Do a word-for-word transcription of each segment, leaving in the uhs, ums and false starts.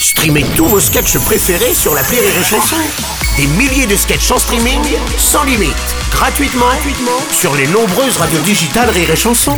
Streamez tous vos sketchs préférés sur l'appli Rire et Chanson. Des milliers de sketchs en streaming, sans limite, gratuitement, gratuitement sur les nombreuses radios digitales Rire et Chanson.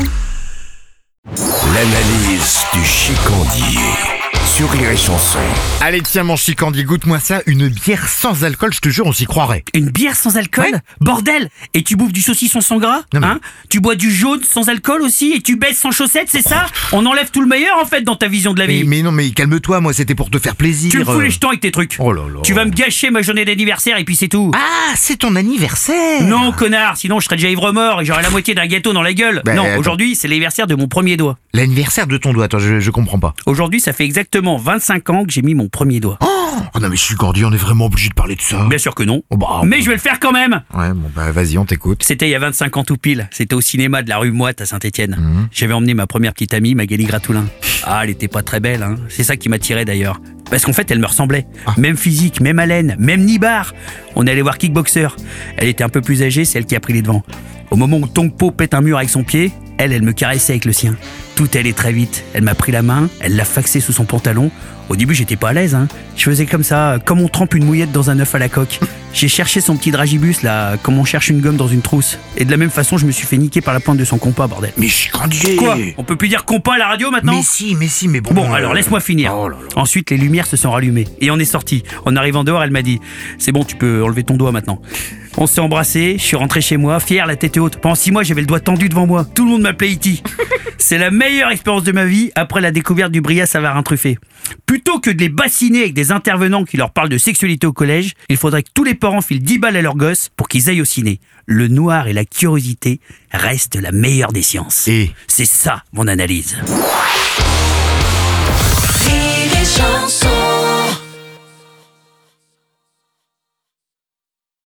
L'analyse du chicandier sur Rire et Chanson. Allez tiens mon chicandier, goûte-moi ça, une bière sans alcool, je te jure on s'y croirait. Une bière sans alcool? Ouais. Bordel! Et tu bouffes du saucisson sans gras? Non, mais- Hein? Tu bois du jaune sans alcool aussi? Et tu baisses sans chaussettes, c'est ça? On enlève tout le meilleur en fait dans ta vision de la Mais, vie. mais non mais calme-toi, moi c'était pour te faire plaisir. Tu me fous euh. les jetons avec tes trucs. Oh là là. Tu vas me gâcher ma journée d'anniversaire et puis c'est tout. Ah, c'est ton anniversaire. Non connard, sinon je serais déjà ivre-mort et j'aurais la moitié d'un gâteau dans la gueule. Bah, non, attends. aujourd'hui c'est l'anniversaire de mon premier doigt. L'anniversaire de ton doigt, attends, je, je comprends pas. Aujourd'hui ça fait exactement vingt-cinq ans que j'ai mis mon premier doigt. Oh non mais chicandier, on est vraiment obligé de parler de ça. Bien sûr que non. Oh, bah, Mais je vais le faire quand même. Ouais, bon bah vas-y, on t'écoute. C'était il y a vingt-cinq ans tout pile. C'était au cinéma de la rue Moite à Saint-Étienne. Mhm. J'avais emmené ma première petite amie, Magali Gratoulin. Ah, elle était pas très belle, hein. C'est ça qui m'attirait d'ailleurs. Parce qu'en fait, elle me ressemblait. Ah. Même physique, même haleine, même nibar. On est allé voir Kickboxer. Elle était un peu plus âgée, c'est elle qui a pris les devants. Au moment où Tongpo pète un mur avec son pied, elle, elle me caressait avec le sien. Tout allait très vite. Elle m'a pris la main, elle l'a faxé sous son pantalon. Au début, j'étais pas à l'aise, hein. Je faisais comme ça, comme on trempe une mouillette dans un œuf à la coque. J'ai cherché son petit dragibus, là, comme on cherche une gomme dans une trousse. Et de la même façon, je me suis fait niquer par la pointe de son compas, bordel. Mais chicandier. Quoi? On peut plus dire compas à la radio maintenant? Mais si, mais si, mais bon. Bon, euh, alors laisse-moi finir. Oh là là. Ensuite, les lumières se sont rallumées et on est sorti. En arrivant dehors, elle m'a dit « C'est bon, tu peux enlever ton doigt maintenant. » On s'est embrassés, je suis rentré chez moi, fier, la tête haute. Pendant six mois, j'avais le doigt tendu devant moi. Tout le monde m'appelait E T C'est la meilleure expérience de ma vie après la découverte du Bria Savarin truffé. Plutôt que de les bassiner avec des intervenants qui leur parlent de sexualité au collège, il faudrait que tous les parents filent dix balles à leurs gosses pour qu'ils aillent au ciné. Le noir et la curiosité restent la meilleure des sciences. Et C'est ça mon analyse. Rire et Chanson.